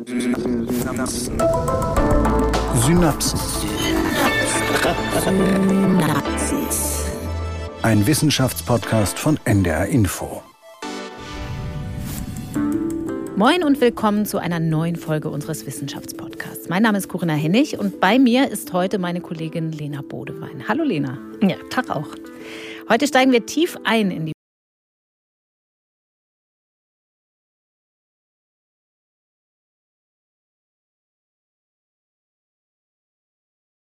Synapsen. Ein Wissenschaftspodcast von NDR Info. Moin und willkommen zu einer neuen Folge unseres Wissenschaftspodcasts. Mein Name ist Corinna Hennig und bei mir ist heute meine Kollegin Lena Bodewein. Hallo Lena. Ja, Tag auch. Heute steigen wir tief ein in die